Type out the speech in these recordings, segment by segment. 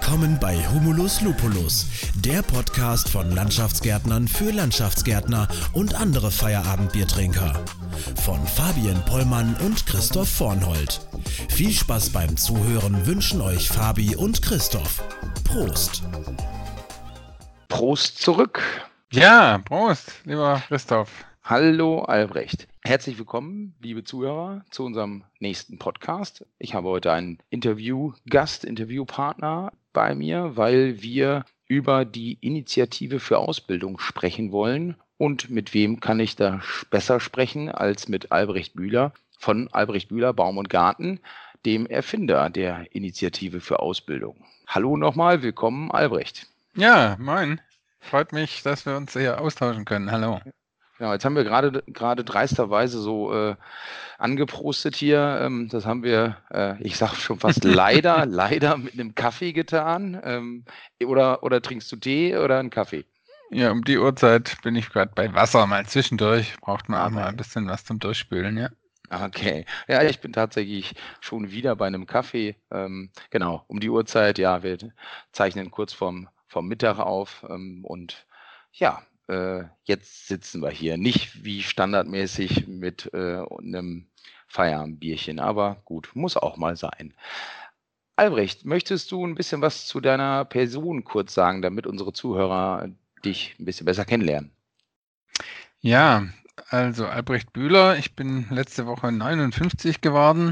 Willkommen bei Humulus Lupulus, der Podcast von Landschaftsgärtnern für Landschaftsgärtner und andere Feierabendbiertrinker. Von Fabian Pollmann und Christoph Vornhold. Viel Spaß beim Zuhören wünschen euch Fabi und Christoph. Prost! Prost zurück! Ja, Prost, lieber Christoph. Hallo Albrecht. Herzlich willkommen, liebe Zuhörer, zu unserem nächsten Podcast. Ich habe heute einen Interviewpartner bei mir, weil wir über die Initiative für Ausbildung sprechen wollen. Und mit wem kann ich da besser sprechen als mit Albrecht Bühler von Albrecht Bühler Baum und Garten, dem Erfinder der Initiative für Ausbildung. Hallo nochmal, willkommen Albrecht. Ja, moin. Freut mich, dass wir uns hier austauschen können. Hallo. Ja, jetzt haben wir gerade dreisterweise so angeprostet hier. Das haben wir, ich sage schon fast leider mit einem Kaffee getan. Oder trinkst du Tee oder einen Kaffee? Ja, um die Uhrzeit bin ich gerade bei Wasser, mal zwischendurch. Braucht man auch mal ein bisschen was zum Durchspülen, ja. Okay. Ja, ich bin tatsächlich schon wieder bei einem Kaffee. Genau, um die Uhrzeit. Ja, wir zeichnen kurz vom Mittag auf. Und ja, jetzt sitzen wir hier. Nicht wie standardmäßig mit einem Feierabendbierchen, aber gut, muss auch mal sein. Albrecht, möchtest du ein bisschen was zu deiner Person kurz sagen, damit unsere Zuhörer dich ein bisschen besser kennenlernen? Ja, also Albrecht Bühler, ich bin letzte Woche 59 geworden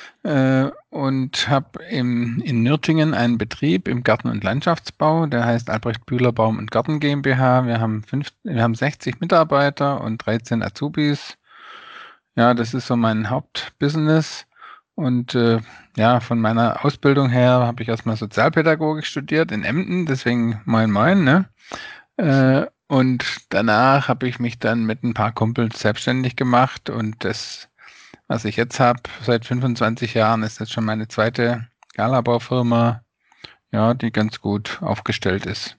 und habe in Nürtingen einen Betrieb im Garten- und Landschaftsbau, der heißt Albrecht Bühler Baum und Garten GmbH. Wir haben 60 Mitarbeiter und 13 Azubis. Ja, das ist so mein Hauptbusiness. Und ja, von meiner Ausbildung her habe ich erstmal Sozialpädagogik studiert in Emden, deswegen moin moin, ne? Und danach habe ich mich dann mit ein paar Kumpels selbstständig gemacht und das, was ich jetzt habe, seit 25 Jahren, ist jetzt schon meine zweite Galabaufirma, ja, die ganz gut aufgestellt ist.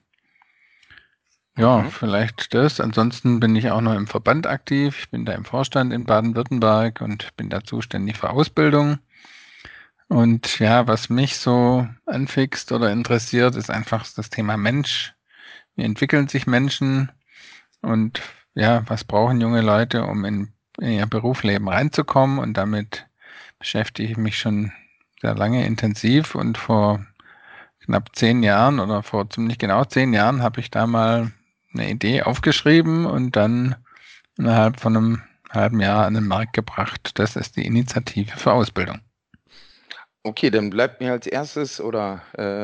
Ja, vielleicht das. Ansonsten bin ich auch noch im Verband aktiv. Ich bin da im Vorstand in Baden-Württemberg und bin da zuständig für Ausbildung. Und ja, was mich so anfixt oder interessiert, ist einfach das Thema Mensch. Wie entwickeln sich Menschen und ja, was brauchen junge Leute, um in ihr Berufsleben reinzukommen? Und damit beschäftige ich mich schon sehr lange intensiv. Und vor knapp 10 Jahren oder vor ziemlich genau 10 Jahren habe ich da mal eine Idee aufgeschrieben und dann innerhalb von einem halben Jahr an den Markt gebracht. Das ist die Initiative für Ausbildung. Okay, dann bleibt mir als erstes sage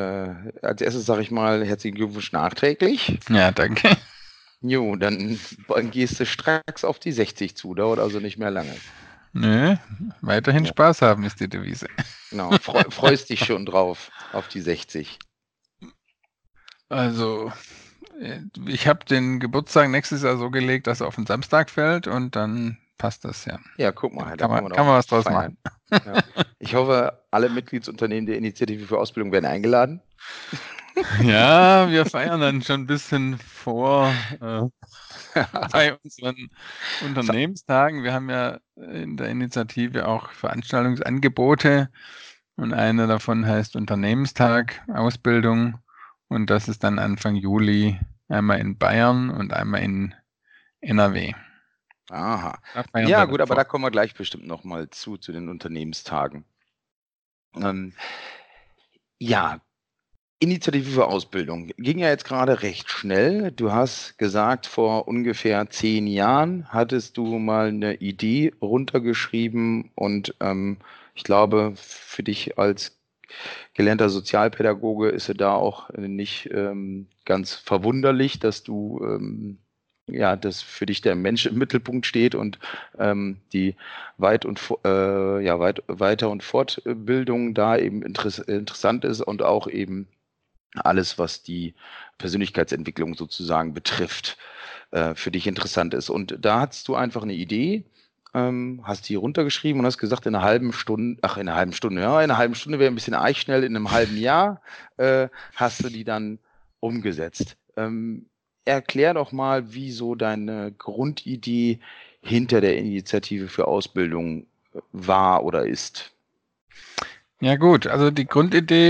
ich mal, herzlichen Glückwunsch nachträglich. Ja, danke. Jo, dann gehst du stracks auf die 60 zu, dauert also nicht mehr lange. Nö, weiterhin Spaß haben ist die Devise. Genau, freust dich schon drauf, auf die 60. Also, ich habe den Geburtstag nächstes Jahr so gelegt, dass er auf den Samstag fällt und dann passt das ja. Ja, guck mal, Kann man was draus machen. Ja. Ich hoffe, alle Mitgliedsunternehmen der Initiative für Ausbildung werden eingeladen. Ja, wir feiern dann schon ein bisschen vor bei unseren Unternehmenstagen. Wir haben ja in der Initiative auch Veranstaltungsangebote und einer davon heißt Unternehmenstag Ausbildung und das ist dann Anfang Juli einmal in Bayern und einmal in NRW. Aha. Ja, gut, aber da kommen wir gleich bestimmt nochmal zu den Unternehmenstagen. Ja, Initiative für Ausbildung ging ja jetzt gerade recht schnell. Du hast gesagt, vor ungefähr 10 Jahren hattest du mal eine Idee runtergeschrieben und ich glaube, für dich als gelernter Sozialpädagoge ist es da auch nicht ganz verwunderlich, dass du dass für dich der Mensch im Mittelpunkt steht und die Weiter- und Fortbildung da eben interessant ist und auch eben alles, was die Persönlichkeitsentwicklung sozusagen betrifft, für dich interessant ist. Und da hattest du einfach eine Idee, hast die runtergeschrieben und hast gesagt, in einer halben Stunde wäre ein bisschen arg schnell, in einem halben Jahr hast du die dann umgesetzt. Erklär doch mal, wie so deine Grundidee hinter der Initiative für Ausbildung war oder ist. Ja gut, also die Grundidee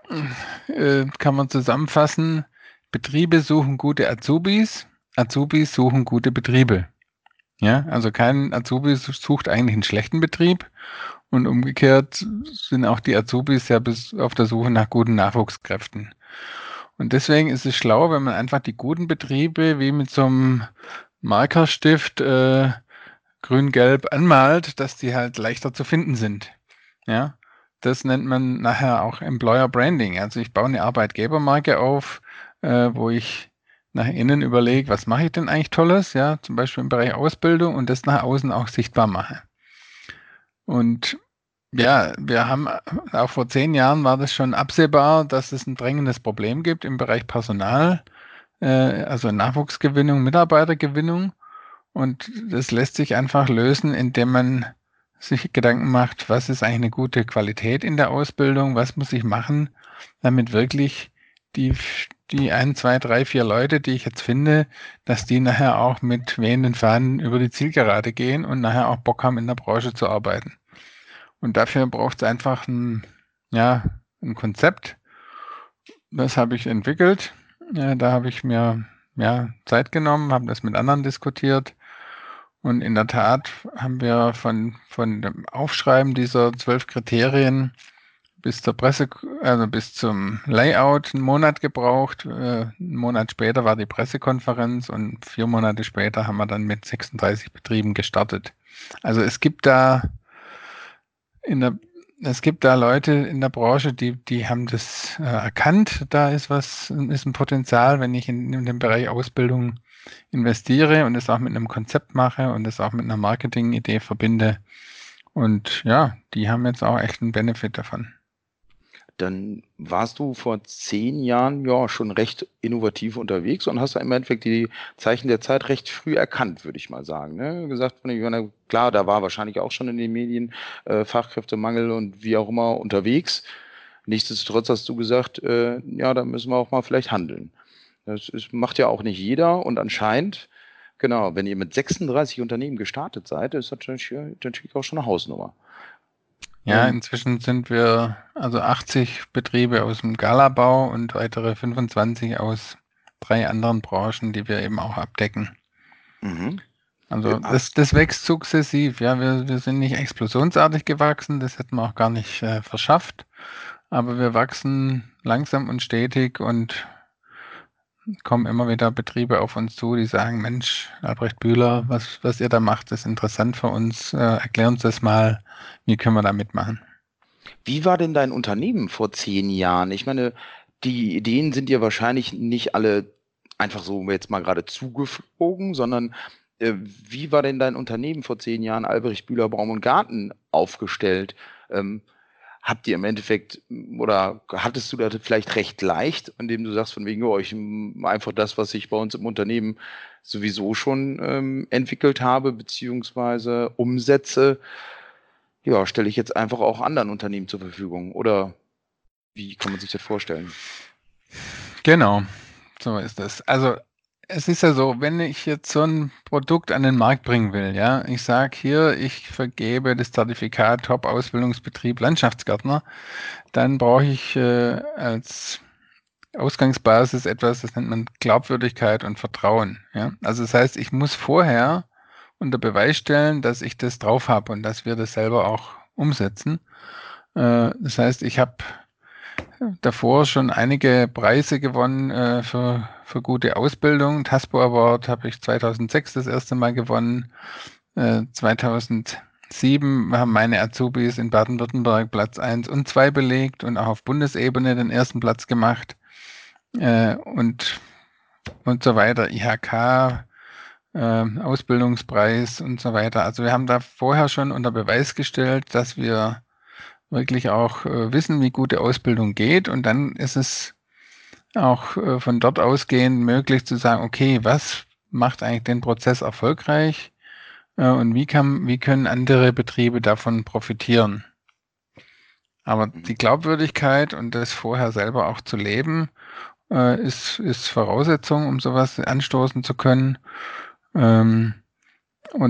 kann man zusammenfassen, Betriebe suchen gute Azubis, Azubis suchen gute Betriebe. Ja, also kein Azubi sucht eigentlich einen schlechten Betrieb und umgekehrt sind auch die Azubis ja auf der Suche nach guten Nachwuchskräften. Und deswegen ist es schlau, wenn man einfach die guten Betriebe wie mit so einem Markerstift grün-gelb anmalt, dass die halt leichter zu finden sind. Ja, das nennt man nachher auch Employer Branding. Also ich baue eine Arbeitgebermarke auf, wo ich nach innen überlege, was mache ich denn eigentlich Tolles, ja, zum Beispiel im Bereich Ausbildung und das nach außen auch sichtbar mache. Und ja, wir haben auch vor 10 Jahren war das schon absehbar, dass es ein drängendes Problem gibt im Bereich Personal, also Nachwuchsgewinnung, Mitarbeitergewinnung. Und das lässt sich einfach lösen, indem man sich Gedanken macht, was ist eigentlich eine gute Qualität in der Ausbildung, was muss ich machen, damit wirklich die 1, 2, 3, 4 Leute, die ich jetzt finde, dass die nachher auch mit wehenden Fahnen über die Zielgerade gehen und nachher auch Bock haben, in der Branche zu arbeiten. Und dafür braucht es einfach ein Konzept. Das habe ich entwickelt. Da habe ich mir Zeit genommen, habe das mit anderen diskutiert. Und in der Tat haben wir von dem Aufschreiben dieser 12 Kriterien bis zum Layout einen Monat gebraucht. Einen Monat später war die Pressekonferenz und 4 Monate später haben wir dann mit 36 Betrieben gestartet. Also es gibt da Leute in der Branche, die haben das erkannt. Da ist ein Potenzial, wenn ich in dem Bereich Ausbildung investiere und es auch mit einem Konzept mache und es auch mit einer Marketing-Idee verbinde. Und ja, die haben jetzt auch echt einen Benefit davon. Dann warst du vor 10 Jahren ja schon recht innovativ unterwegs und hast da im Endeffekt die Zeichen der Zeit recht früh erkannt, würde ich mal sagen. Ne? Gesagt, klar, da war wahrscheinlich auch schon in den Medien Fachkräftemangel und wie auch immer unterwegs. Nichtsdestotrotz hast du gesagt, da müssen wir auch mal vielleicht handeln. Macht ja auch nicht jeder und anscheinend, genau, wenn ihr mit 36 Unternehmen gestartet seid, ist das natürlich auch schon eine Hausnummer. Ja, inzwischen sind wir also 80 Betriebe aus dem Galabau und weitere 25 aus 3 anderen Branchen, die wir eben auch abdecken. Mhm. Also das wächst sukzessiv. Ja, wir sind nicht explosionsartig gewachsen, das hätten wir auch gar nicht verschafft. Aber wir wachsen langsam und stetig und kommen immer wieder Betriebe auf uns zu, die sagen, Mensch, Albrecht Bühler, was ihr da macht, ist interessant für uns. Erklär uns das mal, wie können wir da mitmachen? Wie war denn dein Unternehmen vor 10 Jahren? Ich meine, die Ideen sind dir wahrscheinlich nicht alle einfach so jetzt mal gerade zugeflogen, sondern wie war denn dein Unternehmen vor 10 Jahren, Albrecht Bühler Baum und Garten, aufgestellt? Habt ihr im Endeffekt oder hattest du da vielleicht recht leicht, indem du sagst, von wegen euch einfach das, was ich bei uns im Unternehmen sowieso schon entwickelt habe, beziehungsweise umsetze, ja, stelle ich jetzt einfach auch anderen Unternehmen zur Verfügung? Oder wie kann man sich das vorstellen? Genau, so ist es. Also es ist ja so, wenn ich jetzt so ein Produkt an den Markt bringen will, ja, ich sage hier, ich vergebe das Zertifikat Top-Ausbildungsbetrieb Landschaftsgärtner, dann brauche ich als Ausgangsbasis etwas, das nennt man Glaubwürdigkeit und Vertrauen. Ja? Also das heißt, ich muss vorher unter Beweis stellen, dass ich das drauf habe und dass wir das selber auch umsetzen. Das heißt, ich habe davor schon einige Preise gewonnen für gute Ausbildung. TASPO Award habe ich 2006 das erste Mal gewonnen. 2007 haben meine Azubis in Baden-Württemberg Platz 1 und 2 belegt und auch auf Bundesebene den ersten Platz gemacht. Und so weiter. IHK, Ausbildungspreis und so weiter. Also wir haben da vorher schon unter Beweis gestellt, dass wir wirklich auch wissen, wie gute Ausbildung geht. Und dann ist es auch von dort ausgehend möglich zu sagen, okay, was macht eigentlich den Prozess erfolgreich und wie können andere Betriebe davon profitieren. Aber die Glaubwürdigkeit und das vorher selber auch zu leben, ist Voraussetzung, um sowas anstoßen zu können. Und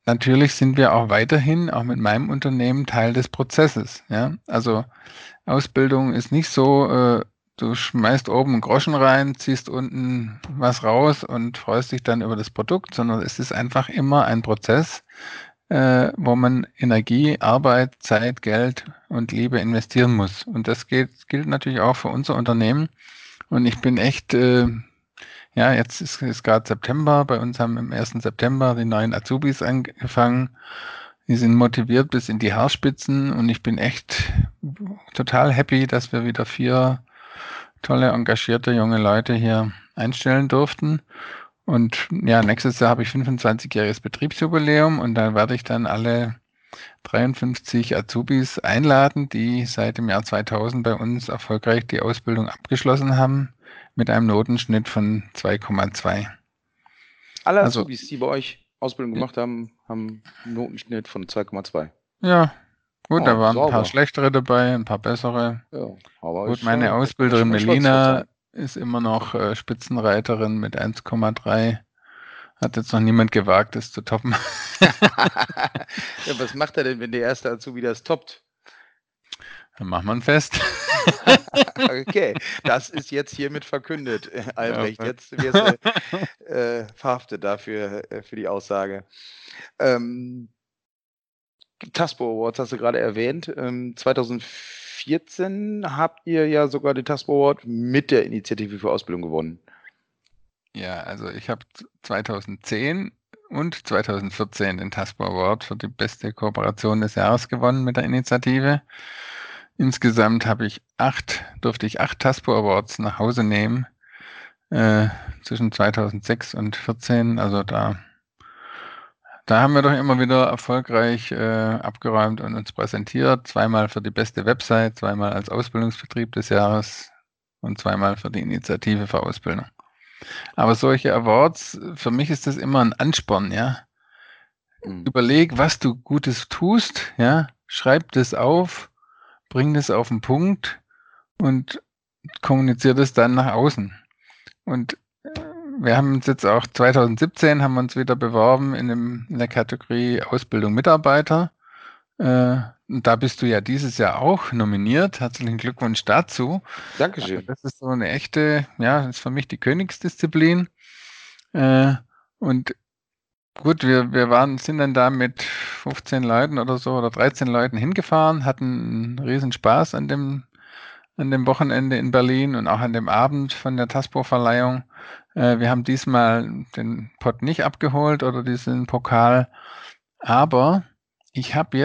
natürlich sind wir auch weiterhin, auch mit meinem Unternehmen, Teil des Prozesses. Ja? Also Ausbildung ist nicht so, du schmeißt oben einen Groschen rein, ziehst unten was raus und freust dich dann über das Produkt, sondern es ist einfach immer ein Prozess, wo man Energie, Arbeit, Zeit, Geld und Liebe investieren muss. Und das gilt natürlich auch für unser Unternehmen. Und ich bin echt, ja, jetzt ist gerade September. Bei uns haben am 1. September die neuen Azubis angefangen. Die sind motiviert bis in die Haarspitzen und ich bin echt total happy, dass wir wieder 4 tolle, engagierte junge Leute hier einstellen durften. Und ja, nächstes Jahr habe ich 25-jähriges Betriebsjubiläum und da werde ich dann alle 53 Azubis einladen, die seit dem Jahr 2000 bei uns erfolgreich die Ausbildung abgeschlossen haben mit einem Notenschnitt von 2,2. Alle Azubis, die bei euch Ausbildung gemacht haben, haben einen Notenschnitt von 2,2. Ja, gut, da waren sauber. ein paar schlechtere dabei, ein paar bessere. Ja, aber gut, meine Ausbilderin Melina ist immer noch Spitzenreiterin mit 1,3. Hat jetzt noch niemand gewagt, das zu toppen. Ja, was macht er denn, wenn der erste Azubi das toppt? Dann macht man fest. Okay, das ist jetzt hiermit verkündet, Albrecht. Jetzt wirst du verhaftet dafür, für die Aussage. TASPO Awards hast du gerade erwähnt. 2014 habt ihr ja sogar den TASPO Award mit der Initiative für Ausbildung gewonnen. Ja, also ich habe 2010 und 2014 den TASPO Award für die beste Kooperation des Jahres gewonnen mit der Initiative. Insgesamt durfte ich 8 TASPO Awards nach Hause nehmen zwischen 2006 und 2014. Also da haben wir doch immer wieder erfolgreich abgeräumt und uns präsentiert. 2-mal für die beste Website, 2-mal als Ausbildungsbetrieb des Jahres und 2-mal für die Initiative für Ausbildung. Aber solche Awards, für mich ist das immer ein Ansporn, ja. Überleg, was du Gutes tust, ja. Schreib das auf, bring das auf den Punkt und kommuniziere das dann nach außen. Und wir haben uns jetzt auch 2017 haben wir uns wieder beworben in der Kategorie Ausbildung Mitarbeiter. Und da bist du ja dieses Jahr auch nominiert. Herzlichen Glückwunsch dazu. Dankeschön. Also das ist so eine echte, ja, das ist für mich die Königsdisziplin. Und gut, wir sind dann da mit 15 Leuten oder so oder 13 Leuten hingefahren, hatten einen riesen Spaß an dem Wochenende in Berlin und auch an dem Abend von der TASPO-Verleihung. Wir haben diesmal den Pott nicht abgeholt oder diesen Pokal, aber ich habe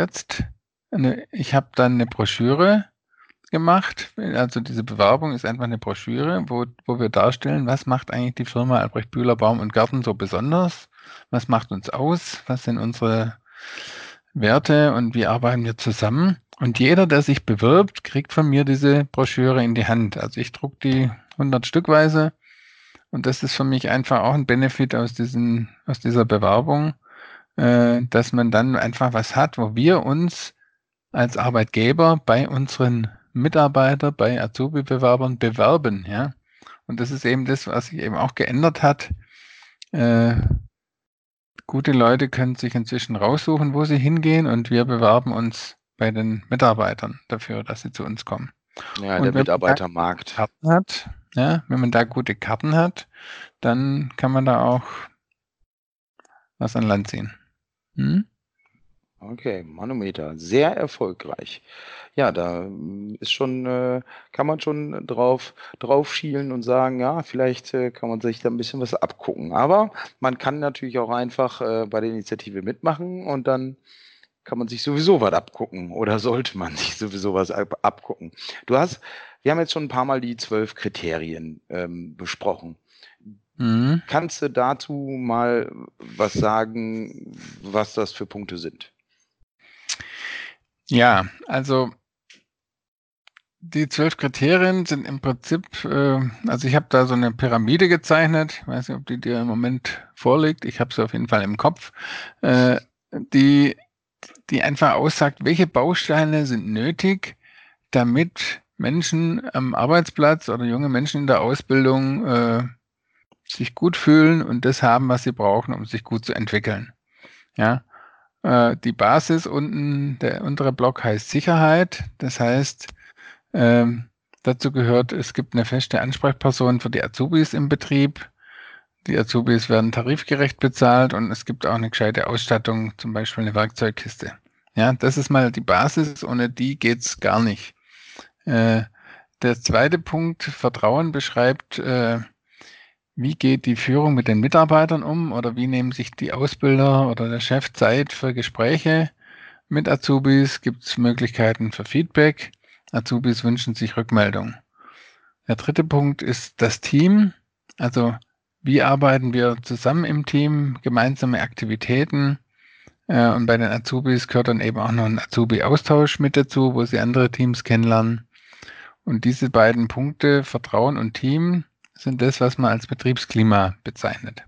dann eine Broschüre gemacht. Also diese Bewerbung ist einfach eine Broschüre, wo wir darstellen, was macht eigentlich die Firma Albrecht Bühler Baum und Garten so besonders? Was macht uns aus? Was sind unsere Werte und wie arbeiten wir zusammen? Und jeder, der sich bewirbt, kriegt von mir diese Broschüre in die Hand. Also ich drucke die 100 Stückweise und das ist für mich einfach auch ein Benefit aus dieser Bewerbung, dass man dann einfach was hat, wo wir uns als Arbeitgeber bei unseren Mitarbeitern, bei Azubi-Bewerbern bewerben. Ja? Und das ist eben das, was sich eben auch geändert hat. Gute Leute können sich inzwischen raussuchen, wo sie hingehen und wir bewerben uns bei den Mitarbeitern dafür, dass sie zu uns kommen. Ja, und der Mitarbeitermarkt. Wenn man da gute Karten hat, dann kann man da auch was an Land ziehen. Okay, Manometer, sehr erfolgreich. Ja, da ist schon, kann man schon drauf schielen und sagen, ja, vielleicht kann man sich da ein bisschen was abgucken. Aber man kann natürlich auch einfach bei der Initiative mitmachen und dann kann man sich sowieso was abgucken oder sollte man sich sowieso was abgucken. Wir haben jetzt schon ein paar Mal die 12 Kriterien besprochen. Kannst du dazu mal was sagen, was das für Punkte sind? Ja, also die 12 Kriterien sind im Prinzip, also ich habe da so eine Pyramide gezeichnet, ich weiß nicht, ob die dir im Moment vorliegt, ich habe sie auf jeden Fall im Kopf, die einfach aussagt, welche Bausteine sind nötig, damit Menschen am Arbeitsplatz oder junge Menschen in der Ausbildung sich gut fühlen und das haben, was sie brauchen, um sich gut zu entwickeln. Ja, Die Basis unten, der untere Block heißt Sicherheit. Das heißt, dazu gehört, es gibt eine feste Ansprechperson für die Azubis im Betrieb. Die Azubis werden tarifgerecht bezahlt und es gibt auch eine gescheite Ausstattung, zum Beispiel eine Werkzeugkiste. Ja, das ist mal die Basis, ohne die geht's gar nicht. Der zweite Punkt, Vertrauen, beschreibt, wie geht die Führung mit den Mitarbeitern um oder wie nehmen sich die Ausbilder oder der Chef Zeit für Gespräche mit Azubis? Gibt es Möglichkeiten für Feedback? Azubis wünschen sich Rückmeldung. Der dritte Punkt ist das Team, also wie arbeiten wir zusammen im Team, gemeinsame Aktivitäten. Und bei den Azubis gehört dann eben auch noch ein Azubi-Austausch mit dazu, wo sie andere Teams kennenlernen. Und diese beiden Punkte, Vertrauen und Team, sind das, was man als Betriebsklima bezeichnet.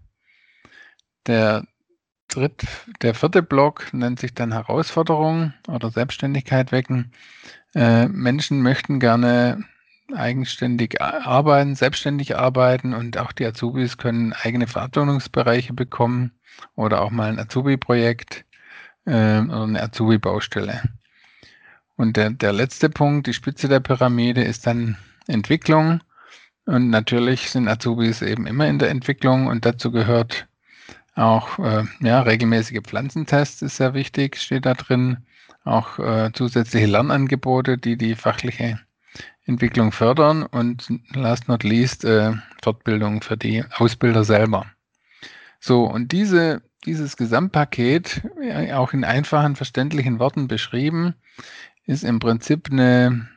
Der vierte Block nennt sich dann Herausforderung oder Selbstständigkeit wecken. Menschen möchten gerne eigenständig arbeiten, selbstständig arbeiten und auch die Azubis können eigene Verantwortungsbereiche bekommen oder auch mal ein Azubi-Projekt oder eine Azubi-Baustelle. Und der letzte Punkt, die Spitze der Pyramide, ist dann Entwicklung. Und natürlich sind Azubis eben immer in der Entwicklung und dazu gehört auch regelmäßige Pflanzentests, ist sehr wichtig, steht da drin. Auch zusätzliche Lernangebote, die fachliche Entwicklung fördern und last not least Fortbildung für die Ausbilder selber. So, und dieses Gesamtpaket, auch in einfachen, verständlichen Worten beschrieben, ist im Prinzip eine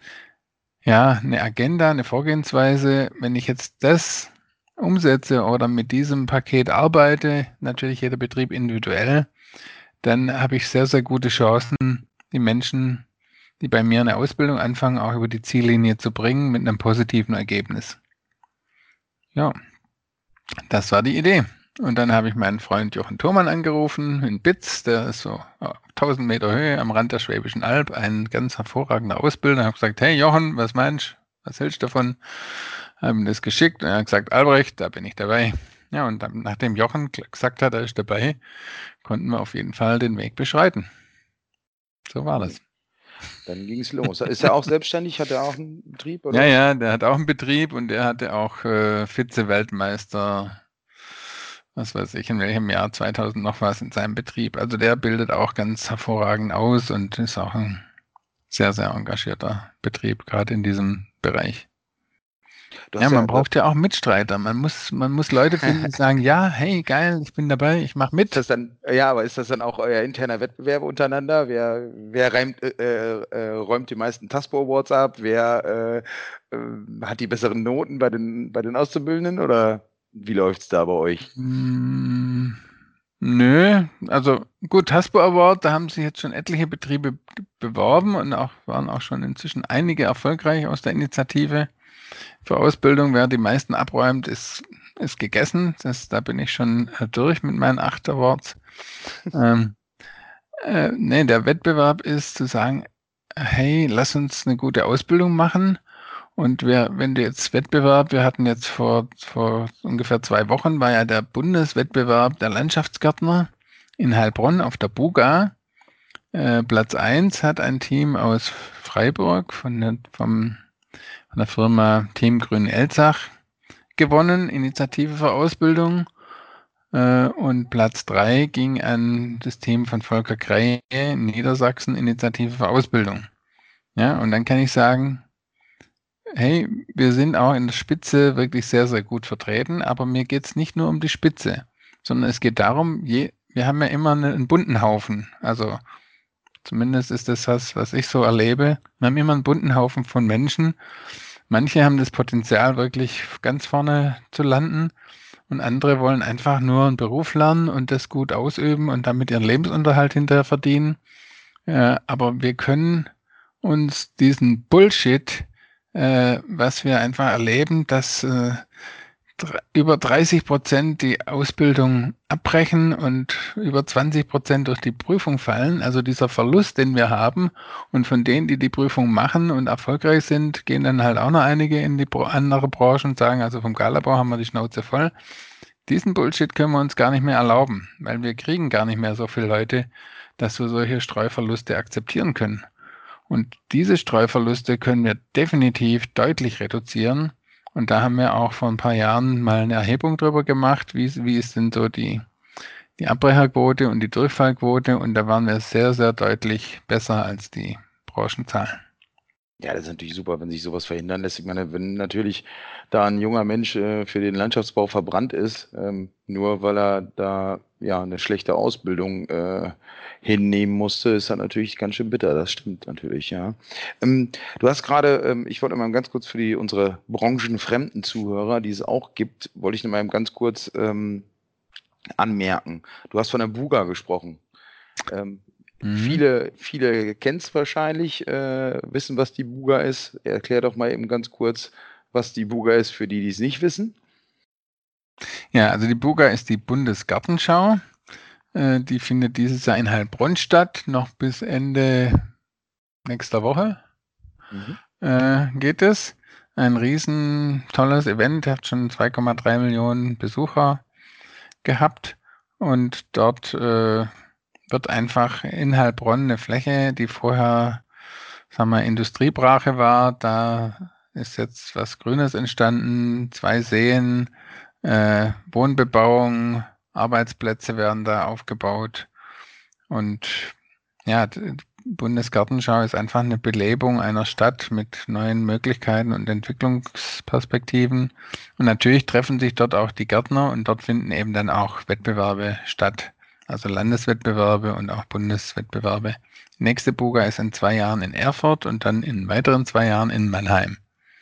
Agenda, eine Vorgehensweise. Wenn ich jetzt das umsetze oder mit diesem Paket arbeite, natürlich jeder Betrieb individuell, dann habe ich sehr, sehr gute Chancen, die Menschen, die bei mir eine Ausbildung anfangen, auch über die Ziellinie zu bringen mit einem positiven Ergebnis. Ja, das war die Idee. Und dann habe ich meinen Freund Jochen Thurmann angerufen in Bitz, der ist so 1000 Meter Höhe am Rand der Schwäbischen Alb, ein ganz hervorragender Ausbilder. Ich habe gesagt, hey Jochen, was meinst du, was hältst du davon? Habe ihm das geschickt und er hat gesagt, Albrecht, da bin ich dabei. Ja, und dann, nachdem Jochen gesagt hat, er ist dabei, konnten wir auf jeden Fall den Weg beschreiten. So war das. Dann ging es los. Ist er auch selbstständig? Hat er auch einen Betrieb? Oder? Ja, der hat auch einen Betrieb und der hatte auch Vize-Weltmeister, was weiß ich, in welchem Jahr, 2000 noch was in seinem Betrieb. Also der bildet auch ganz hervorragend aus und ist auch ein sehr, sehr engagierter Betrieb, gerade in diesem Bereich. Ja, man braucht ja auch Mitstreiter. Man muss Leute finden, die sagen, ja, hey, geil, ich bin dabei, ich mache mit. Aber ist das dann auch euer interner Wettbewerb untereinander? Wer räumt die meisten TASPO Awards ab? Wer hat die besseren Noten bei den Auszubildenden? Oder wie läuft es da bei euch? Nö, also gut, TASPO Award, da haben sich jetzt schon etliche Betriebe beworben und waren auch schon inzwischen einige erfolgreich aus der Initiative. Für Ausbildung, wer die meisten abräumt, ist gegessen. Da bin ich schon durch mit meinen 8 Awards. Der Wettbewerb ist zu sagen, hey, lass uns eine gute Ausbildung machen. Und wenn du jetzt Wettbewerb, wir hatten jetzt vor ungefähr 2 Wochen, war ja der Bundeswettbewerb der Landschaftsgärtner in Heilbronn auf der Buga. Platz 1 hat ein Team aus Freiburg von der Firma Team Grün Elzach gewonnen, Initiative für Ausbildung. Und Platz 3 ging an das Team von Volker Kreye, Niedersachsen, Initiative für Ausbildung. Ja, und dann kann ich sagen, hey, wir sind auch in der Spitze wirklich sehr, sehr gut vertreten, aber mir geht es nicht nur um die Spitze, sondern es geht darum, wir haben ja immer einen bunten Haufen. Also zumindest ist das was ich so erlebe. Wir haben immer einen bunten Haufen von Menschen. Manche haben das Potenzial, wirklich ganz vorne zu landen und andere wollen einfach nur einen Beruf lernen und das gut ausüben und damit ihren Lebensunterhalt hinterher verdienen. Aber wir können uns diesen Bullshit, was wir einfach erleben, dass über 30% die Ausbildung abbrechen und über 20% durch die Prüfung fallen. Also dieser Verlust, den wir haben, und von denen, die Prüfung machen und erfolgreich sind, gehen dann halt auch noch einige in die andere Branchen und sagen, also vom Galabau haben wir die Schnauze voll. diesen Bullshit können wir uns gar nicht mehr erlauben, weil wir kriegen gar nicht mehr so viele Leute, dass wir solche Streuverluste akzeptieren können. Und diese Streuverluste können wir definitiv deutlich reduzieren. Und da haben wir auch vor ein paar Jahren mal eine Erhebung drüber gemacht, wie ist denn so die Abbrecherquote und die Durchfallquote. Und da waren wir sehr, sehr deutlich besser als die Branchenzahlen. Ja, das ist natürlich super, wenn sich sowas verhindern lässt. Ich meine, wenn natürlich da ein junger Mensch für den Landschaftsbau verbrannt ist, nur weil er da ja eine schlechte Ausbildung hinnehmen musste, ist das natürlich ganz schön bitter. Das stimmt natürlich, ja. Du hast gerade, ich wollte mal ganz kurz für unsere branchenfremden Zuhörer, die es auch gibt, wollte ich noch mal ganz kurz anmerken. Du hast von der Buga gesprochen. Viele kennen es wahrscheinlich, wissen, was die Buga ist. Erklär doch mal eben ganz kurz, was die Buga ist, für die es nicht wissen. Ja, also die Buga ist die Bundesgartenschau. Die findet dieses Jahr in Heilbronn statt, noch bis Ende nächster Woche geht es. Ein riesen tolles Event, hat schon 2,3 Millionen Besucher gehabt und dort wird einfach in Heilbronn eine Fläche, die vorher, sagen wir, Industriebrache war, da ist jetzt was Grünes entstanden, 2 Seen, Wohnbebauung, Arbeitsplätze werden da aufgebaut und ja, die Bundesgartenschau ist einfach eine Belebung einer Stadt mit neuen Möglichkeiten und Entwicklungsperspektiven und natürlich treffen sich dort auch die Gärtner und dort finden eben dann auch Wettbewerbe statt. Also Landeswettbewerbe und auch Bundeswettbewerbe. Die nächste Buga ist in 2 Jahren in Erfurt und dann in weiteren 2 Jahren in Mannheim.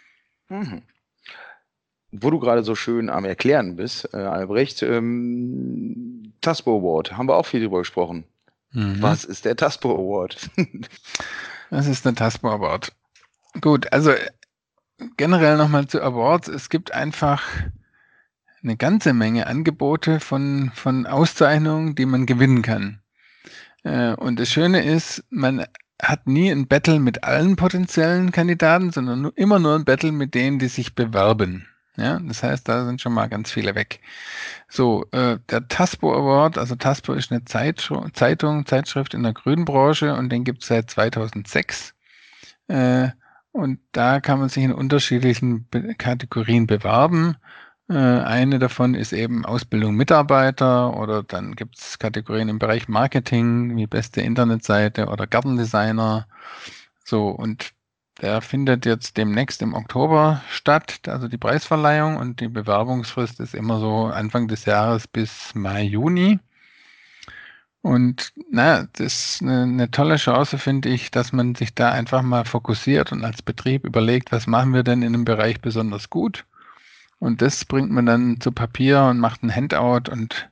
Wo du gerade so schön am Erklären bist, Albrecht, TASPO Award, haben wir auch viel drüber gesprochen. Was ist der TASPO Award? Das ist der TASPO Award. Gut, also generell nochmal zu Awards. Es gibt einfach eine ganze Menge Angebote von Auszeichnungen, die man gewinnen kann. Und das Schöne ist, man hat nie ein Battle mit allen potenziellen Kandidaten, sondern immer nur ein Battle mit denen, die sich bewerben. Ja, das heißt, da sind schon mal ganz viele weg. So, der TASPO Award, also TASPO ist eine Zeitschrift in der Grünbranche und den gibt es seit 2006. Und da kann man sich in unterschiedlichen Kategorien bewerben. Eine davon ist eben Ausbildung Mitarbeiter oder dann gibt es Kategorien im Bereich Marketing wie beste Internetseite oder Gartendesigner. So, und der findet jetzt demnächst im Oktober statt, also die Preisverleihung und die Bewerbungsfrist ist immer so Anfang des Jahres bis Mai, Juni. Und das ist eine tolle Chance, finde ich, dass man sich da einfach mal fokussiert und als Betrieb überlegt, was machen wir denn in einem Bereich besonders gut? Und das bringt man dann zu Papier und macht ein Handout und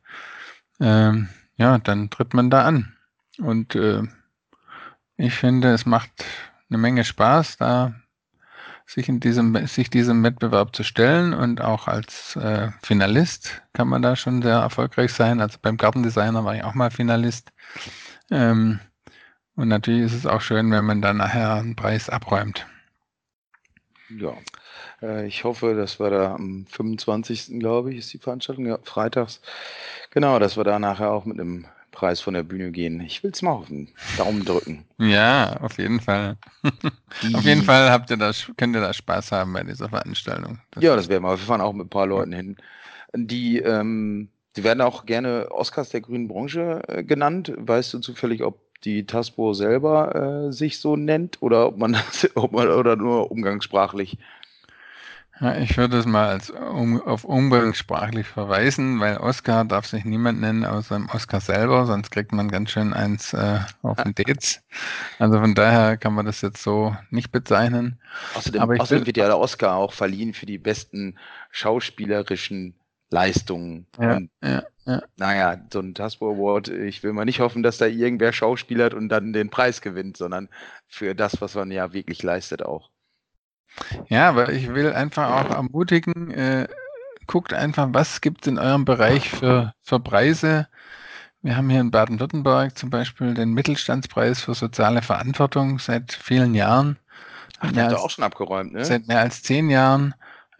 dann tritt man da an. Und ich finde, es macht eine Menge Spaß, da sich diesem Wettbewerb zu stellen und auch als Finalist kann man da schon sehr erfolgreich sein. Also beim Gartendesigner war ich auch mal Finalist. Und natürlich ist es auch schön, wenn man dann nachher einen Preis abräumt. Ja, ich hoffe, dass wir da am 25. glaube ich, ist die Veranstaltung, ja, freitags. Genau, dass wir da nachher auch mit einem Preis von der Bühne gehen. Ich will es mal auf den Daumen drücken. Ja, auf jeden Fall. Auf jeden Fall könnt ihr da Spaß haben bei dieser Veranstaltung. Das werden wir. Wir fahren auch mit ein paar Leuten hin. Die werden auch gerne Oscars der grünen Branche genannt. Weißt du zufällig, ob die TASPO selber sich so nennt oder oder nur umgangssprachlich? Ja, ich würde es mal auf umgangssprachlich verweisen, weil Oscar darf sich niemand nennen außer dem Oscar selber, sonst kriegt man ganz schön eins auf den Dates. Also von daher kann man das jetzt so nicht bezeichnen. Außerdem wird ja der Oscar auch verliehen für die besten schauspielerischen Leistungen. Naja, so ein TASPO Award, ich will mal nicht hoffen, dass da irgendwer schauspielert und dann den Preis gewinnt, sondern für das, was man ja wirklich leistet auch. Ja, aber ich will einfach auch ermutigen, guckt einfach, was gibt es in eurem Bereich für Preise. Wir haben hier in Baden-Württemberg zum Beispiel den Mittelstandspreis für soziale Verantwortung seit vielen Jahren. Ach, der hat auch schon abgeräumt, ne? Seit mehr als 10 Jahren.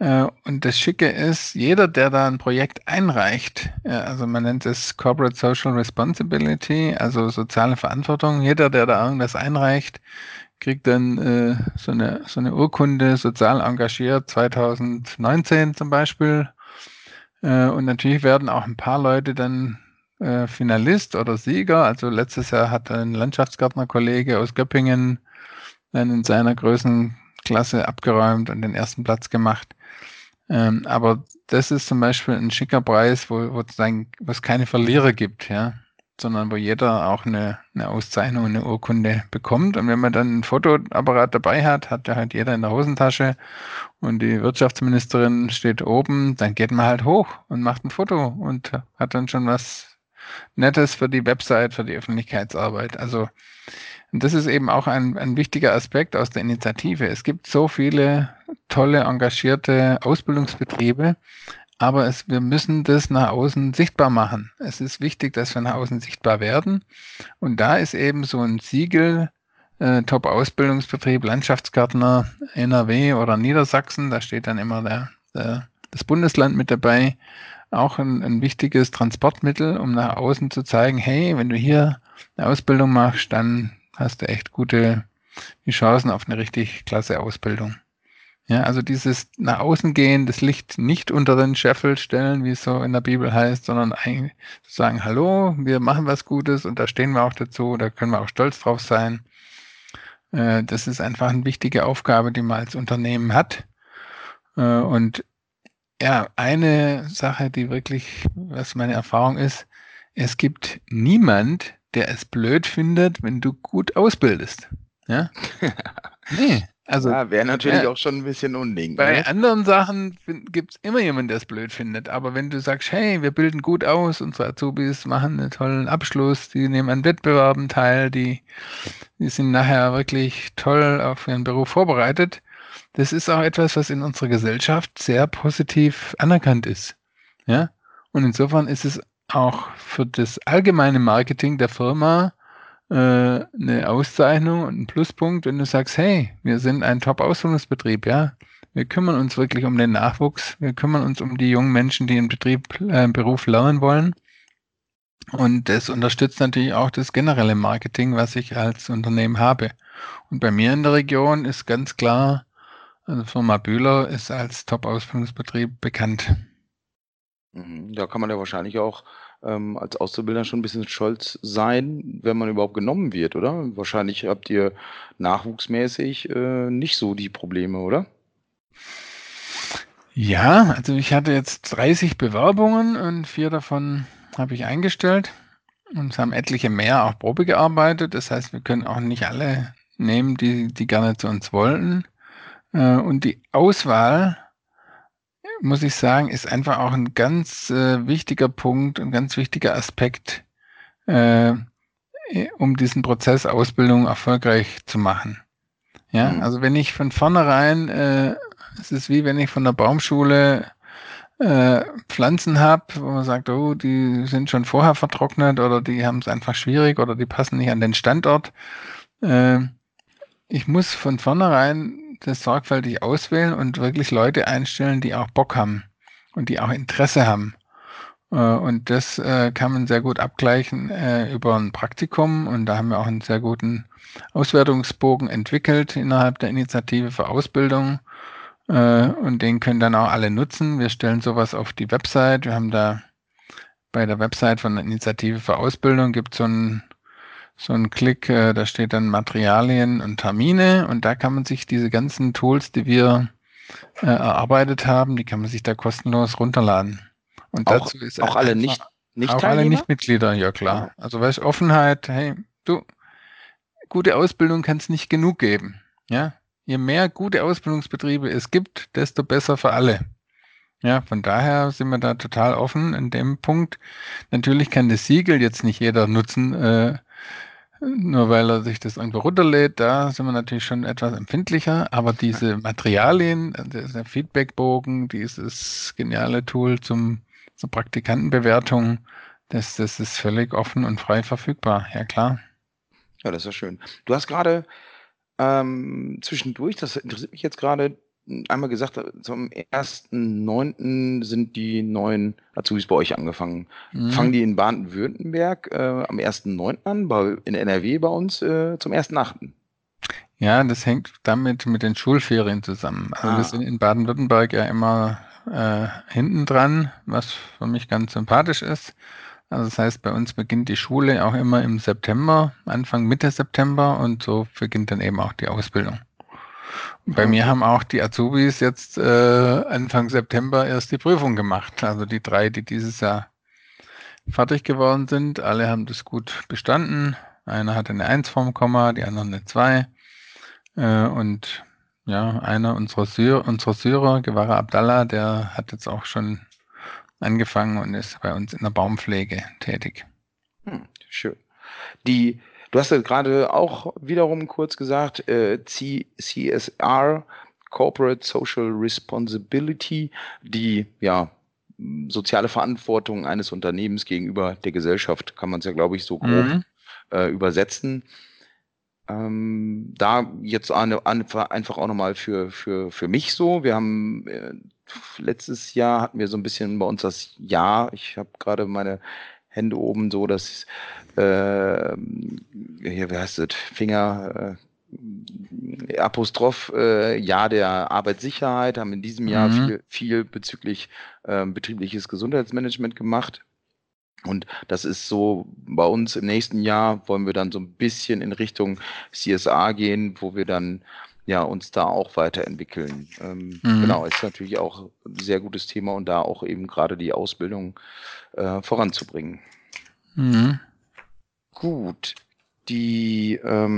Und das Schicke ist, jeder, der da ein Projekt einreicht, also man nennt es Corporate Social Responsibility, also soziale Verantwortung, jeder, der da irgendwas einreicht, kriegt dann so eine Urkunde, sozial engagiert 2019 zum Beispiel. Und natürlich werden auch ein paar Leute dann Finalist oder Sieger. Also letztes Jahr hat ein Landschaftsgärtner-Kollege aus Göppingen dann in seiner Größenklasse abgeräumt und den ersten Platz gemacht. Aber das ist zum Beispiel ein schicker Preis, wo es keine Verlierer gibt, ja, sondern wo jeder auch eine Auszeichnung, eine Urkunde bekommt. Und wenn man dann ein Fotoapparat dabei hat, hat ja halt jeder in der Hosentasche und die Wirtschaftsministerin steht oben, dann geht man halt hoch und macht ein Foto und hat dann schon was Nettes für die Website, für die Öffentlichkeitsarbeit. Also und das ist eben auch ein wichtiger Aspekt aus der Initiative. Es gibt so viele tolle, engagierte Ausbildungsbetriebe, aber wir müssen das nach außen sichtbar machen. Es ist wichtig, dass wir nach außen sichtbar werden. Und da ist eben so ein Siegel, Top-Ausbildungsbetrieb, Landschaftsgärtner, NRW oder Niedersachsen, da steht dann immer das Bundesland mit dabei, auch ein wichtiges Transportmittel, um nach außen zu zeigen, hey, wenn du hier eine Ausbildung machst, dann hast du echt die Chancen auf eine richtig klasse Ausbildung. Ja, also dieses nach außen gehen, das Licht nicht unter den Scheffel stellen, wie es so in der Bibel heißt, sondern eigentlich sagen, hallo, wir machen was Gutes und da stehen wir auch dazu, da können wir auch stolz drauf sein. Das ist einfach eine wichtige Aufgabe, die man als Unternehmen hat. Und ja, eine Sache, die wirklich, was meine Erfahrung ist, es gibt niemand, der es blöd findet, wenn du gut ausbildest. Ja? Nee, also Ja, wäre natürlich auch schon ein bisschen Unding. bei Ne? anderen Sachen gibt es immer jemanden, der es blöd findet. Aber wenn du sagst, hey, wir bilden gut aus, unsere Azubis machen einen tollen Abschluss, die nehmen an Wettbewerben teil, die sind nachher wirklich toll auf ihren Beruf vorbereitet. Das ist auch etwas, was in unserer Gesellschaft sehr positiv anerkannt ist. Ja? Und insofern ist es auch für das allgemeine Marketing der Firma eine Auszeichnung und ein Pluspunkt, wenn du sagst, hey, wir sind ein Top-Ausbildungsbetrieb, ja. Wir kümmern uns wirklich um den Nachwuchs, wir kümmern uns um die jungen Menschen, die im Beruf lernen wollen. Und das unterstützt natürlich auch das generelle Marketing, was ich als Unternehmen habe. Und bei mir in der Region ist ganz klar, also Firma Bühler ist als Top-Ausbildungsbetrieb bekannt. Da kann man ja wahrscheinlich auch als Auszubildender schon ein bisschen stolz sein, wenn man überhaupt genommen wird, oder? Wahrscheinlich habt ihr nachwuchsmäßig nicht so die Probleme, oder? Ja, also ich hatte jetzt 30 Bewerbungen und 4 davon habe ich eingestellt. Und es haben etliche mehr auch Probe gearbeitet. Das heißt, wir können auch nicht alle nehmen, die gerne zu uns wollten. Und die Auswahl, muss ich sagen, ist einfach auch ein ganz wichtiger Punkt, ein ganz wichtiger Aspekt, um diesen Prozess Ausbildung erfolgreich zu machen. Ja, also wenn ich von vornherein, es ist wie wenn ich von der Baumschule Pflanzen habe, wo man sagt, oh, die sind schon vorher vertrocknet oder die haben es einfach schwierig oder die passen nicht an den Standort. Ich muss von vornherein das sorgfältig auswählen und wirklich Leute einstellen, die auch Bock haben und die auch Interesse haben. Und das kann man sehr gut abgleichen über ein Praktikum. Und da haben wir auch einen sehr guten Auswertungsbogen entwickelt innerhalb der Initiative für Ausbildung. Und den können dann auch alle nutzen. Wir stellen sowas auf die Website. Wir haben da bei der Website von der Initiative für Ausbildung gibt es so einen Klick, da steht dann Materialien und Termine. Und da kann man sich diese ganzen Tools, die wir erarbeitet haben, die kann man sich da kostenlos runterladen. Und Auch, dazu ist auch alle einfach, nicht auch alle Teilnehmer? Nichtmitglieder, ja klar. Also weißt, Offenheit, hey, du, gute Ausbildung kann es nicht genug geben. Ja? Je mehr gute Ausbildungsbetriebe es gibt, desto besser für alle. Ja, von daher sind wir da total offen in dem Punkt. Natürlich kann das Siegel jetzt nicht jeder nutzen, nur weil er sich das irgendwo runterlädt. Da sind wir natürlich schon etwas empfindlicher. Aber diese Materialien, der Feedbackbogen, dieses geniale Tool zur Praktikantenbewertung, das ist völlig offen und frei verfügbar. Ja, klar. Ja, das ist ja schön. Du hast gerade zwischendurch, das interessiert mich jetzt gerade, einmal gesagt, zum 1.9. sind die neuen Azubis bei euch angefangen. Fangen die in Baden-Württemberg am 1.9. an, in NRW bei uns zum 1.8.? Ja, das hängt damit mit den Schulferien zusammen. Also wir sind in Baden-Württemberg ja immer hinten dran, was für mich ganz sympathisch ist. Also das heißt, bei uns beginnt die Schule auch immer im September, Anfang, Mitte September, und so beginnt dann eben auch die Ausbildung. Bei mir haben auch die Azubis jetzt Anfang September erst die Prüfung gemacht. Also die 3, die dieses Jahr fertig geworden sind, alle haben das gut bestanden. Einer hatte eine 1 vorm Komma, die anderen eine 2. Und ja, einer unserer Syrer, Gewara Abdallah, der hat jetzt auch schon angefangen und ist bei uns in der Baumpflege tätig. Schön. Du hast ja gerade auch wiederum kurz gesagt, CSR, Corporate Social Responsibility, die soziale Verantwortung eines Unternehmens gegenüber der Gesellschaft, kann man es ja, glaube ich, so grob übersetzen. Da jetzt einfach auch nochmal für mich so. Wir haben letztes Jahr hatten wir so ein bisschen bei uns das Jahr. Ich habe gerade meine Hände oben so, dass hier, wie heißt es, Finger, Apostroph, Jahr der Arbeitssicherheit, haben in diesem Jahr viel bezüglich betriebliches Gesundheitsmanagement gemacht. Und das ist so, bei uns im nächsten Jahr wollen wir dann so ein bisschen in Richtung CSR gehen, wo wir dann uns da auch weiterentwickeln. Genau, ist natürlich auch ein sehr gutes Thema und da auch eben gerade die Ausbildung voranzubringen. Gut, die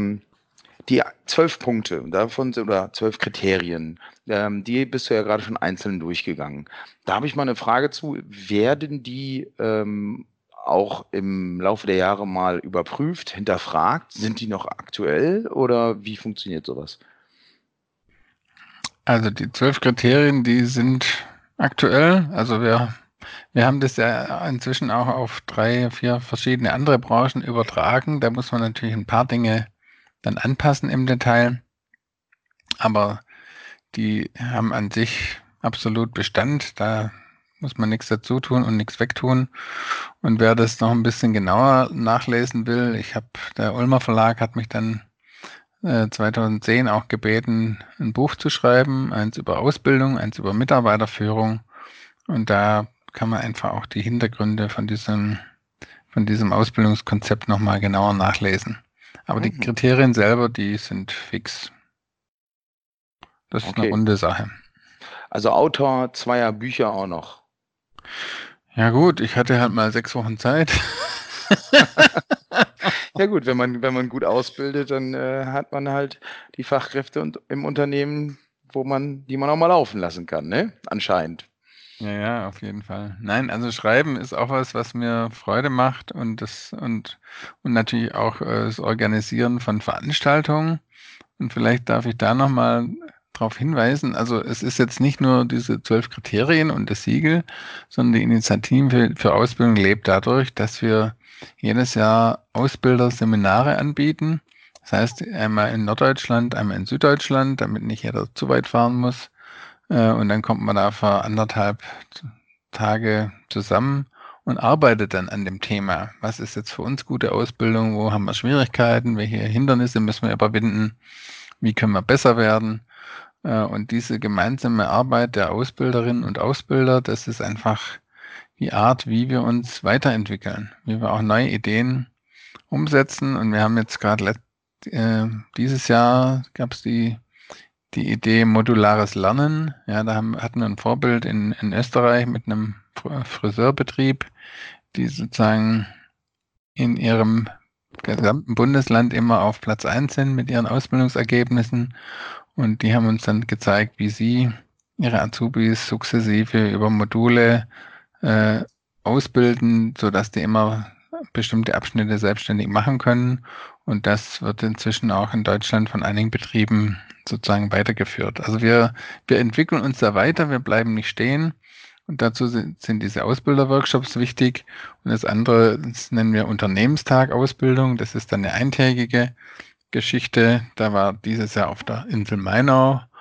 12 Punkte, oder 12 Kriterien, die bist du ja gerade schon einzeln durchgegangen. Da habe ich mal eine Frage zu, werden die auch im Laufe der Jahre mal überprüft, hinterfragt? Sind die noch aktuell oder wie funktioniert sowas? Also die 12 Kriterien, die sind aktuell. Also wir haben das ja inzwischen auch auf 3, 4 verschiedene andere Branchen übertragen. Da muss man natürlich ein paar Dinge dann anpassen im Detail. Aber die haben an sich absolut Bestand. Da muss man nichts dazu tun und nichts wegtun. Und wer das noch ein bisschen genauer nachlesen will, der Ulmer Verlag hat mich dann 2010 auch gebeten, ein Buch zu schreiben, eins über Ausbildung, eins über Mitarbeiterführung. Und da kann man einfach auch die Hintergründe von diesem Ausbildungskonzept nochmal genauer nachlesen. Aber die Kriterien selber, die sind fix. Das ist eine runde Sache. Also Autor zweier Bücher auch noch. Ja gut, ich hatte halt mal 6 Wochen Zeit. Ja gut, wenn man gut ausbildet, dann hat man halt die Fachkräfte im Unternehmen, die man auch mal laufen lassen kann, ne? Anscheinend. Ja, auf jeden Fall. Nein, also Schreiben ist auch was mir Freude macht und natürlich auch das Organisieren von Veranstaltungen. Und vielleicht darf ich da nochmal darauf hinweisen. Also es ist jetzt nicht nur diese 12 Kriterien und das Siegel, sondern die Initiative für Ausbildung lebt dadurch, dass wir jedes Jahr Ausbilderseminare anbieten. Das heißt, einmal in Norddeutschland, einmal in Süddeutschland, damit nicht jeder zu weit fahren muss. Und dann kommt man da für 1,5 Tage zusammen und arbeitet dann an dem Thema. Was ist jetzt für uns gute Ausbildung? Wo haben wir Schwierigkeiten? Welche Hindernisse müssen wir überwinden? Wie können wir besser werden? Und diese gemeinsame Arbeit der Ausbilderinnen und Ausbilder, das ist einfach die Art, wie wir uns weiterentwickeln, wie wir auch neue Ideen umsetzen. Und wir haben jetzt gerade dieses Jahr gab es die Idee modulares Lernen. Ja, da hatten wir ein Vorbild in Österreich mit einem Friseurbetrieb, die sozusagen in ihrem gesamten Bundesland immer auf Platz 1 sind mit ihren Ausbildungsergebnissen. Und die haben uns dann gezeigt, wie sie ihre Azubis sukzessive über Module ausbilden, sodass die immer bestimmte Abschnitte selbstständig machen können. Und das wird inzwischen auch in Deutschland von einigen Betrieben sozusagen weitergeführt. Also wir entwickeln uns da weiter, wir bleiben nicht stehen. Und dazu sind diese Ausbilderworkshops wichtig. Und das andere, das nennen wir Unternehmenstag Ausbildung. Das ist dann eine eintägige Geschichte. Da war dieses Jahr auf der Insel Mainau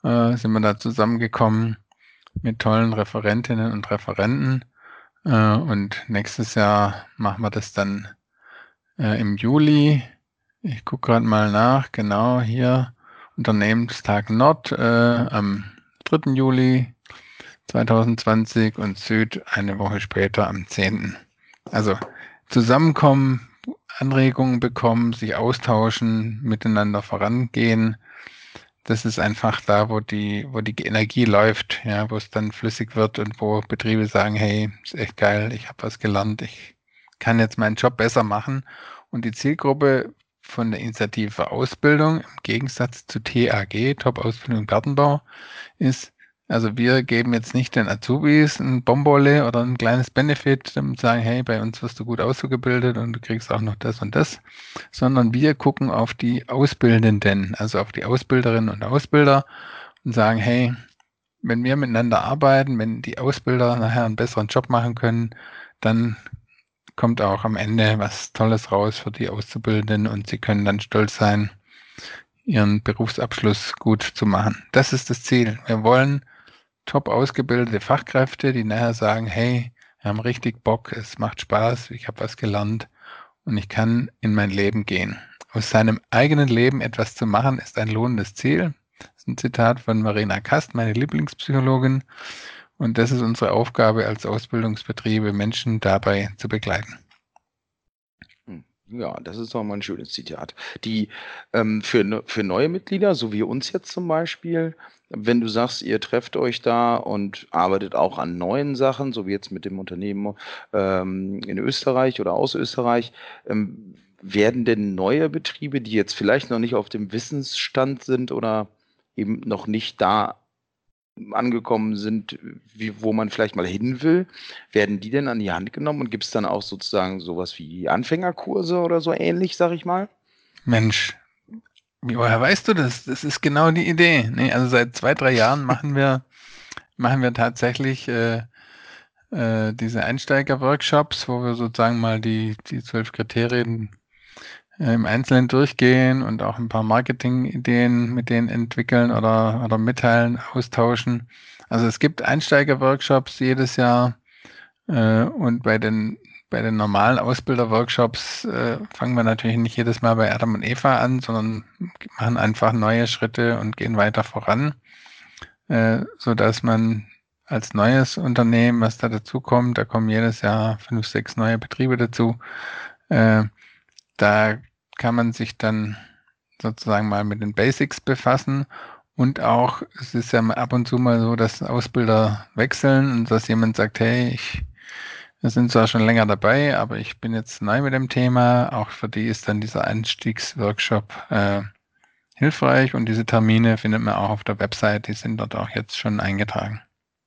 sind wir da zusammengekommen mit tollen Referentinnen und Referenten. Und nächstes Jahr machen wir das dann im Juli. Ich gucke gerade mal nach, genau hier, Unternehmenstag Nord am 3. Juli 2020 und Süd eine Woche später am 10. Also zusammenkommen, Anregungen bekommen, sich austauschen, miteinander vorangehen. Das ist einfach da, wo die Energie läuft, ja, wo es dann flüssig wird und wo Betriebe sagen, hey, ist echt geil, ich habe was gelernt, ich kann jetzt meinen Job besser machen. Und die Zielgruppe von der Initiative Ausbildung im Gegensatz zu TAG, Top-Ausbildung im Gartenbau, ist, also wir geben jetzt nicht den Azubis ein Bombole oder ein kleines Benefit und sagen, hey, bei uns wirst du gut ausgebildet und du kriegst auch noch das und das, sondern wir gucken auf die Ausbildenden, also auf die Ausbilderinnen und Ausbilder und sagen, hey, wenn wir miteinander arbeiten, wenn die Ausbilder nachher einen besseren Job machen können, dann kommt auch am Ende was Tolles raus für die Auszubildenden und sie können dann stolz sein, ihren Berufsabschluss gut zu machen. Das ist das Ziel. Wir wollen top ausgebildete Fachkräfte, die nachher sagen, hey, wir haben richtig Bock, es macht Spaß, ich habe was gelernt und ich kann in mein Leben gehen. Aus seinem eigenen Leben etwas zu machen, ist ein lohnendes Ziel. Das ist ein Zitat von Marina Kast, meine Lieblingspsychologin. Und das ist unsere Aufgabe als Ausbildungsbetriebe, Menschen dabei zu begleiten. Ja, das ist doch mal ein schönes Zitat. Die für neue Mitglieder, so wie uns jetzt zum Beispiel, wenn du sagst, ihr trefft euch da und arbeitet auch an neuen Sachen, so wie jetzt mit dem Unternehmen in Österreich oder aus Österreich, werden denn neue Betriebe, die jetzt vielleicht noch nicht auf dem Wissensstand sind oder eben noch nicht da angekommen sind, wo man vielleicht mal hin will, werden die denn an die Hand genommen und gibt es dann auch sozusagen sowas wie Anfängerkurse oder so ähnlich, sag ich mal? Mensch, woher weißt du das? Das ist genau die Idee. Nee, also seit 2-3 Jahren machen wir tatsächlich diese Einsteiger-Workshops, wo wir sozusagen mal die 12 Kriterien im Einzelnen durchgehen und auch ein paar Marketing-Ideen mit denen entwickeln oder mitteilen, austauschen. Also es gibt Einsteiger-Workshops jedes Jahr und bei den normalen Ausbilder-Workshops fangen wir natürlich nicht jedes Mal bei Adam und Eva an, sondern machen einfach neue Schritte und gehen weiter voran, sodass man als neues Unternehmen, was da dazukommt, da kommen jedes Jahr 5, 6 neue Betriebe dazu, da kann man sich dann sozusagen mal mit den Basics befassen und auch, es ist ja ab und zu mal so, dass Ausbilder wechseln und dass jemand sagt, hey, wir sind zwar schon länger dabei, aber ich bin jetzt neu mit dem Thema. Auch für die ist dann dieser Einstiegsworkshop hilfreich und diese Termine findet man auch auf der Website, die sind dort auch jetzt schon eingetragen.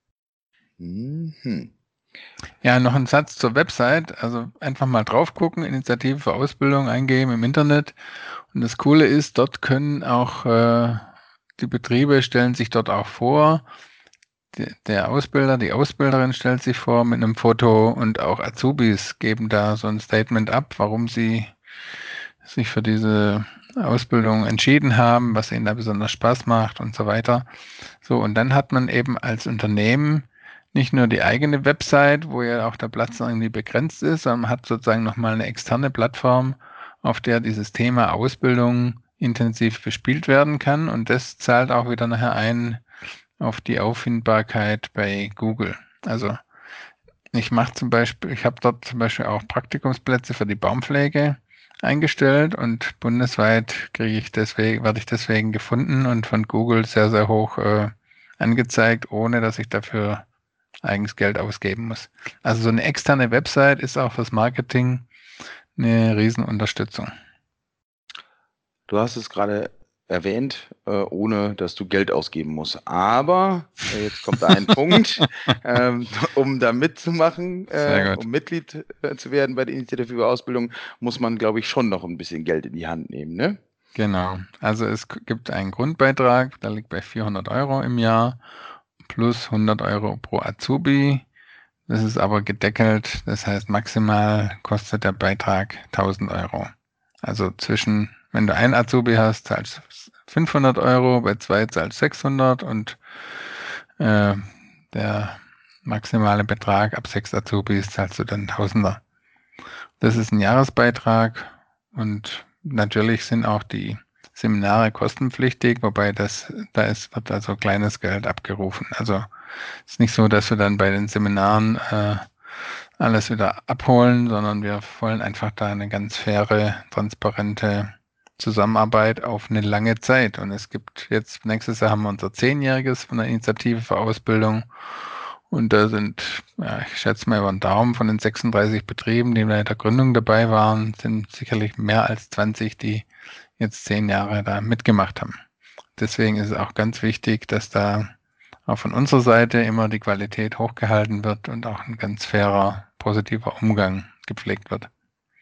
Mhm. Ja, noch ein Satz zur Website. Also einfach mal drauf gucken, Initiative für Ausbildung eingeben im Internet. Und das Coole ist, dort können auch die Betriebe stellen sich dort auch vor. Der Ausbilder, die Ausbilderin stellt sich vor mit einem Foto und auch Azubis geben da so ein Statement ab, warum sie sich für diese Ausbildung entschieden haben, was ihnen da besonders Spaß macht und so weiter. So, und dann hat man eben als Unternehmen nicht nur die eigene Website, wo ja auch der Platz irgendwie begrenzt ist, sondern man hat sozusagen nochmal eine externe Plattform, auf der dieses Thema Ausbildung intensiv bespielt werden kann. Und das zahlt auch wieder nachher ein auf die Auffindbarkeit bei Google. Also ich habe dort zum Beispiel auch Praktikumsplätze für die Baumpflege eingestellt und bundesweit werde ich deswegen gefunden und von Google sehr, sehr hoch angezeigt, ohne dass ich dafür eigens Geld ausgeben muss. Also so eine externe Website ist auch fürs Marketing eine Riesenunterstützung. Du hast es gerade erwähnt, ohne dass du Geld ausgeben musst. Aber jetzt kommt ein Punkt, um da mitzumachen, um Mitglied zu werden bei der Initiative für Ausbildung, muss man, glaube ich, schon noch ein bisschen Geld in die Hand nehmen, ne? Genau. Also es gibt einen Grundbeitrag, der liegt bei 400 € im Jahr plus 100 € pro Azubi. Das ist aber gedeckelt, das heißt maximal kostet der Beitrag 1.000 €. Also wenn du einen Azubi hast, zahlst du 500 Euro, bei 2 zahlst du 600 und der maximale Betrag ab 6 Azubis zahlst du dann Tausender. Das ist ein Jahresbeitrag und natürlich sind auch die Seminare kostenpflichtig, wobei wird also kleines Geld abgerufen. Also es ist nicht so, dass wir dann bei den Seminaren alles wieder abholen, sondern wir wollen einfach da eine ganz faire, transparente Zusammenarbeit auf eine lange Zeit. Und es gibt jetzt, nächstes Jahr haben wir unser 10-jähriges von der Initiative für Ausbildung. Und da sind, ich schätze mal über den Daumen von den 36 Betrieben, die bei der Gründung dabei waren, sind sicherlich mehr als 20, die jetzt 10 Jahre da mitgemacht haben. Deswegen ist es auch ganz wichtig, dass da auch von unserer Seite immer die Qualität hochgehalten wird und auch ein ganz fairer, positiver Umgang gepflegt wird.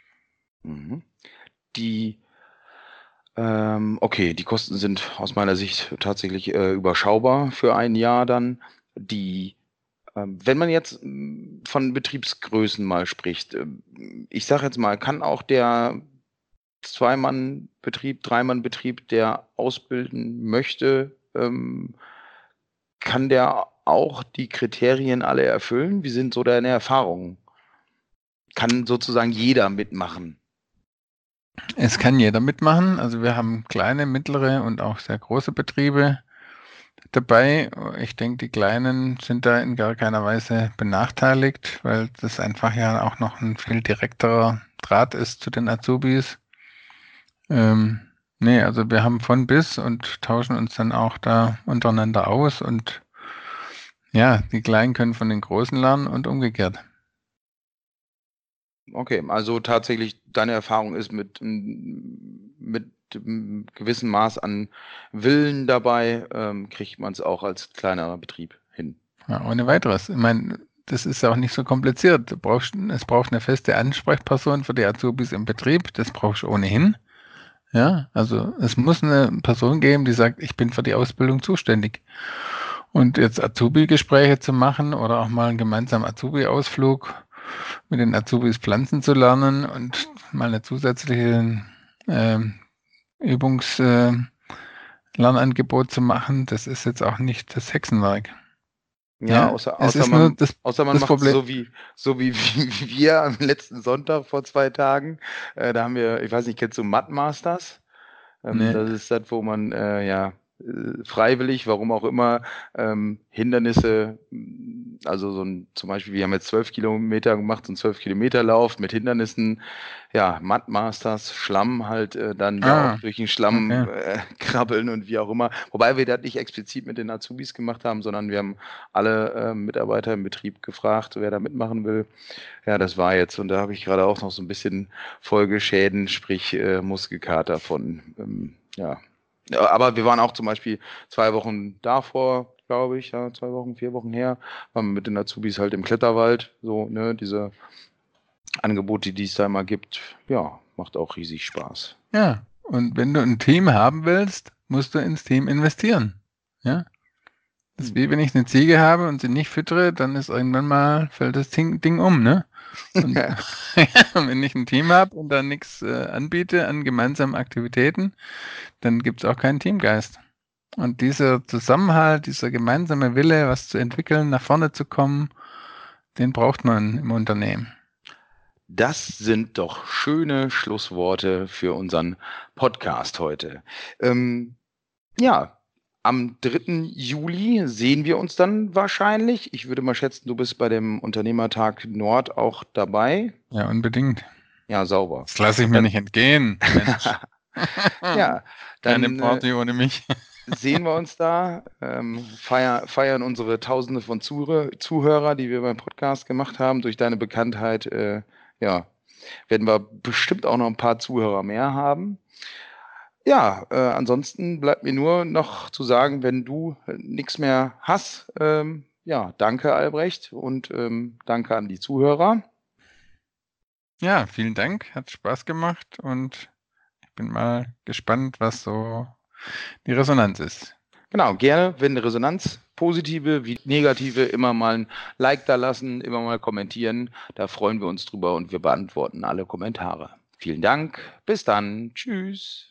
Okay, die Kosten sind aus meiner Sicht tatsächlich überschaubar für ein Jahr dann. Wenn man jetzt von Betriebsgrößen mal spricht, ich sage jetzt mal, kann auch der 2-Mann-Betrieb, 3-Mann-Betrieb, der ausbilden möchte, kann der auch die Kriterien alle erfüllen? Wie sind so deine Erfahrungen? Kann sozusagen jeder mitmachen? Es kann jeder mitmachen. Also wir haben kleine, mittlere und auch sehr große Betriebe dabei. Ich denke, die Kleinen sind da in gar keiner Weise benachteiligt, weil das einfach ja auch noch ein viel direkterer Draht ist zu den Azubis. Also wir haben von bis und tauschen uns dann auch da untereinander aus und ja, die Kleinen können von den Großen lernen und umgekehrt. Okay, also tatsächlich deine Erfahrung ist mit einem gewissen Maß an Willen dabei, kriegt man es auch als kleinerer Betrieb hin. Ja, ohne weiteres. Ich meine, das ist auch nicht so kompliziert. Es braucht eine feste Ansprechperson für die Azubis im Betrieb. Das brauchst du ohnehin. Ja, also es muss eine Person geben, die sagt, ich bin für die Ausbildung zuständig. Und jetzt Azubi-Gespräche zu machen oder auch mal einen gemeinsamen Azubi-Ausflug mit den Azubis Pflanzen zu lernen und mal eine zusätzliche Übungslernangebot zu machen, das ist jetzt auch nicht das Hexenwerk. Ja, außer man macht Problem. so wie wir am letzten Sonntag vor 2 Tagen. Da haben wir, ich weiß nicht, kennst du Mud Masters? Nee. Das ist das, wo man freiwillig, warum auch immer, Hindernisse, also zum Beispiel, wir haben jetzt 12 Kilometer gemacht, so einen 12-Kilometer-Lauf mit Hindernissen, ja, Mud Masters, Schlamm halt, dann da auch durch den Schlamm krabbeln und wie auch immer. Wobei wir das nicht explizit mit den Azubis gemacht haben, sondern wir haben alle Mitarbeiter im Betrieb gefragt, wer da mitmachen will. Ja, das war jetzt, und da habe ich gerade auch noch so ein bisschen Folgeschäden, sprich Muskelkater von, ja. Aber wir waren auch zum Beispiel 2 Wochen davor, glaube ich, 2 Wochen, 4 Wochen her, waren wir mit den Azubis halt im Kletterwald, so, ne, diese Angebote, die es da immer gibt, ja, macht auch riesig Spaß. Ja, und wenn du ein Team haben willst, musst du ins Team investieren, ja. Das ist wie wenn ich eine Ziege habe und sie nicht füttere, dann ist irgendwann mal, fällt das Ding um, ne? Und wenn ich ein Team habe und da nichts anbiete an gemeinsamen Aktivitäten, dann gibt es auch keinen Teamgeist. Und dieser Zusammenhalt, dieser gemeinsame Wille, was zu entwickeln, nach vorne zu kommen, den braucht man im Unternehmen. Das sind doch schöne Schlussworte für unseren Podcast heute. Am 3. Juli sehen wir uns dann wahrscheinlich. Ich würde mal schätzen, du bist bei dem Unternehmertag Nord auch dabei. Ja, unbedingt. Ja, sauber. Das lasse ich mir nicht entgehen, Mensch. Ja, dann keine Party ohne mich. Sehen wir uns da, feiern unsere Tausende von Zuhörer, die wir beim Podcast gemacht haben. Durch deine Bekanntheit, werden wir bestimmt auch noch ein paar Zuhörer mehr haben. Ja, ansonsten bleibt mir nur noch zu sagen, wenn du nichts mehr hast, danke Albrecht und danke an die Zuhörer. Ja, vielen Dank, hat Spaß gemacht und ich bin mal gespannt, was so die Resonanz ist. Genau, gerne, wenn eine Resonanz, positive wie negative, immer mal ein Like da lassen, immer mal kommentieren, da freuen wir uns drüber und wir beantworten alle Kommentare. Vielen Dank. Bis dann. Tschüss.